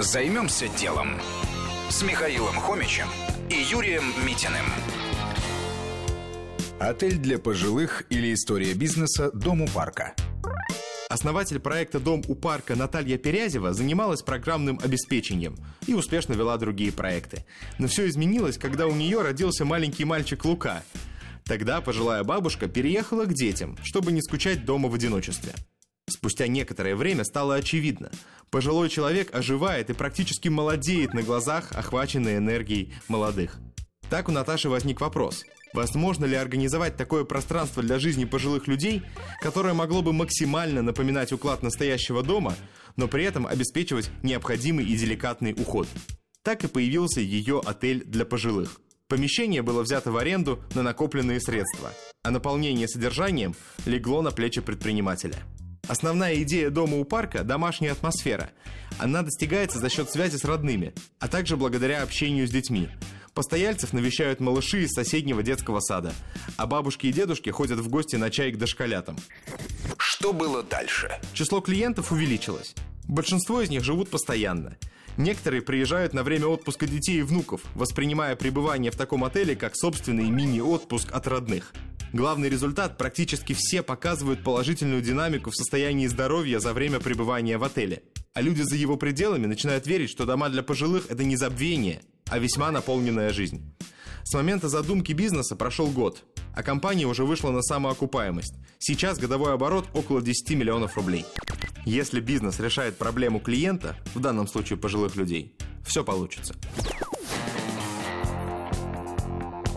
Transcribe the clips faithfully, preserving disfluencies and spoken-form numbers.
Займемся делом с Михаилом Хомичем и Юрием Митиным. Отель для пожилых или история бизнеса «Дом у парка». Основатель проекта «Дом у парка» Наталья Перязева занималась программным обеспечением и успешно вела другие проекты. Но все изменилось, когда у нее родился маленький мальчик Лука. Тогда пожилая бабушка переехала к детям, чтобы не скучать дома в одиночестве. Спустя некоторое время стало очевидно: пожилой человек оживает и практически молодеет на глазах, охваченный энергией молодых. Так у Наташи возник вопрос: возможно ли организовать такое пространство для жизни пожилых людей, которое могло бы максимально напоминать уклад настоящего дома, но при этом обеспечивать необходимый и деликатный уход? Так и появился ее отель для пожилых. Помещение было взято в аренду на накопленные средства, а наполнение содержанием легло на плечи предпринимателя. Основная идея дома у парка – домашняя атмосфера. Она достигается за счет связи с родными, а также благодаря общению с детьми. Постояльцев навещают малыши из соседнего детского сада, а бабушки и дедушки ходят в гости на чай к дошколятам. Что было дальше? Число клиентов увеличилось. Большинство из них живут постоянно. Некоторые приезжают на время отпуска детей и внуков, воспринимая пребывание в таком отеле как собственный мини-отпуск от родных. Главный результат – практически все показывают положительную динамику в состоянии здоровья за время пребывания в отеле. А люди за его пределами начинают верить, что дома для пожилых – это не забвение, а весьма наполненная жизнь. С момента задумки бизнеса прошел год, а компания уже вышла на самоокупаемость. Сейчас годовой оборот около десять миллионов рублей. Если бизнес решает проблему клиента, в данном случае пожилых людей, все получится.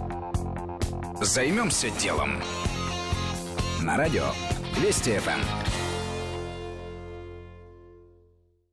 Займемся делом. На радио Вести эф эм.